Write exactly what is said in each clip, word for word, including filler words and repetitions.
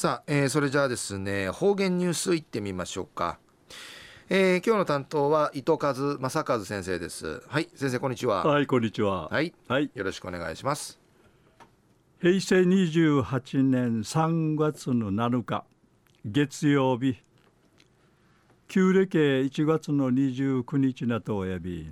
さあ、えーそれじゃあですね、方言ニュースいってみましょうか。えー今日の担当は糸数正和先生です。はい、先生こんにちは。 はい、こんにちは。 はい、 はい、 よろしくお願いします。 平成にじゅうはちねんさんがつのなのか、月曜日、旧暦いちがつのにじゅうくにちなとおやび、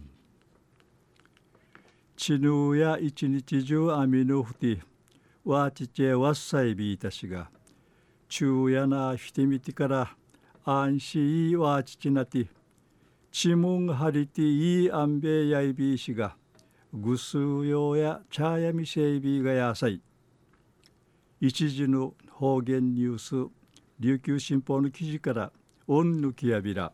ちぬや一日中雨のふて、わちちえわっさいびいたしが、昼夜なひてみてから安心いわちちなて、ちむんはりていいあんべやいびいしが、ぐすうようや茶やみせいびがやさい。一時の方言ニュース、琉球新報の記事からおんぬきやびら。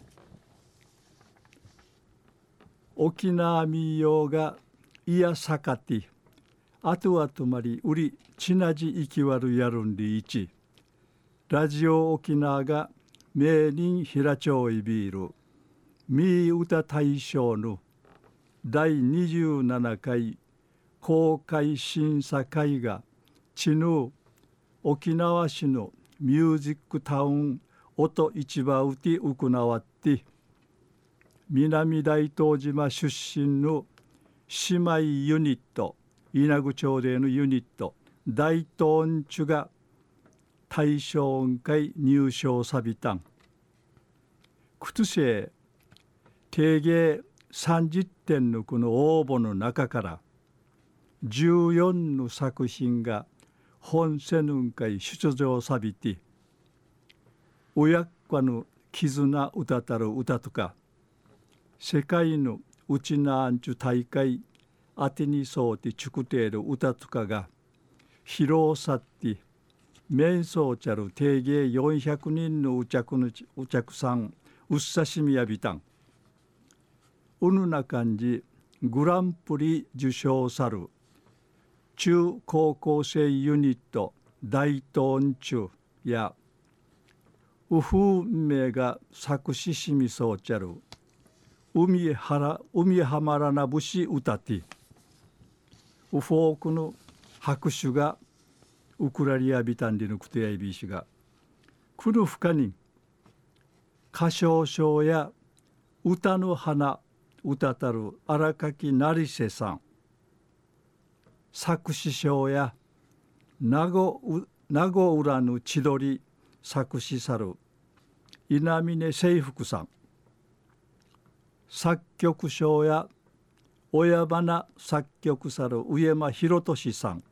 沖縄民謡がいやさかて、あとはとまりうりちなじいきわるやるんりいち。ラジオ沖縄が名人平町いびいる、みー歌大賞のだいにじゅうななかい公開審査会がちぬ沖縄市のミュージックタウン音市場うて行わって南大東島出身の姉妹ユニット稲具町でのユニット大東んちゅが大賞会入賞さびたんくつせ定芸さんじゅってんのこの応募の中からじゅうよんの作品が本セヌン会出場さびて親っ子の絆歌たる歌とか世界のうちなんちゅ大会あてにそうてちくている歌とかが披露さって面相ちゃる定芸よんひゃくにんのお客のお客さんうっさしみやびたんうぬな感じグランプリ受賞さる中高校生ユニット大東んちゅやウフ名が作詞しみそうちゃる海はら海はまらな節歌ってウフォークの拍手がウクラリアビタンディのクテヤイビーシがくるふかに歌唱賞や歌の花歌たる荒垣成瀬さん作詞賞や名護浦の千鳥作詞さる稲峰清福さん作曲賞や親花作曲さる上間博俊さん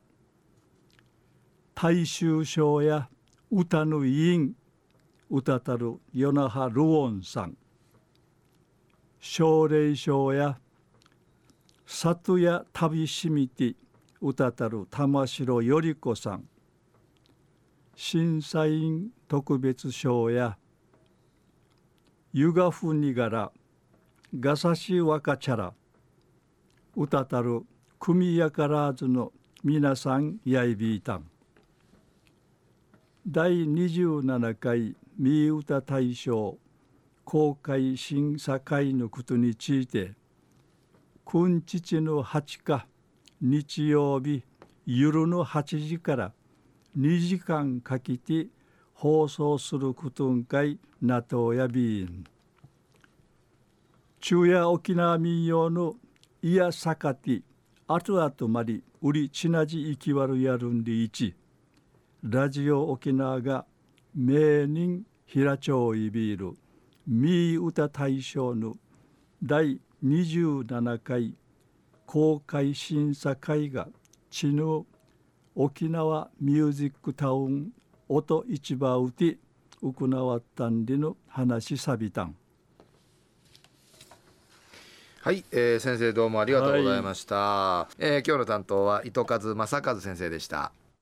大衆賞や歌の委員歌たる与那覇ルオンさん奨励賞や里や旅しみて歌たる玉城より子さん審査員特別賞やゆがふにがらがさしわかちゃら歌たる組やからずの皆さんやいびいたんだいにじゅうななかいみ歌大賞公開審査会のことについてくんちちのはちか日曜日夜のはちじからにじかんかけて放送することんかいなとやびん中夜沖縄民謡のいやさかてあとあとまりうりちなじいきわるやるんでいちラジオ沖縄が名人平町いびるみ歌大賞のだいにじゅうななかい公開審査会がちぬ沖縄ミュージックタウン音市場うて行わったんでの話さびたんはい、えー先生どうもありがとうございました。はい、えー今日の担当は糸数正和先生でした。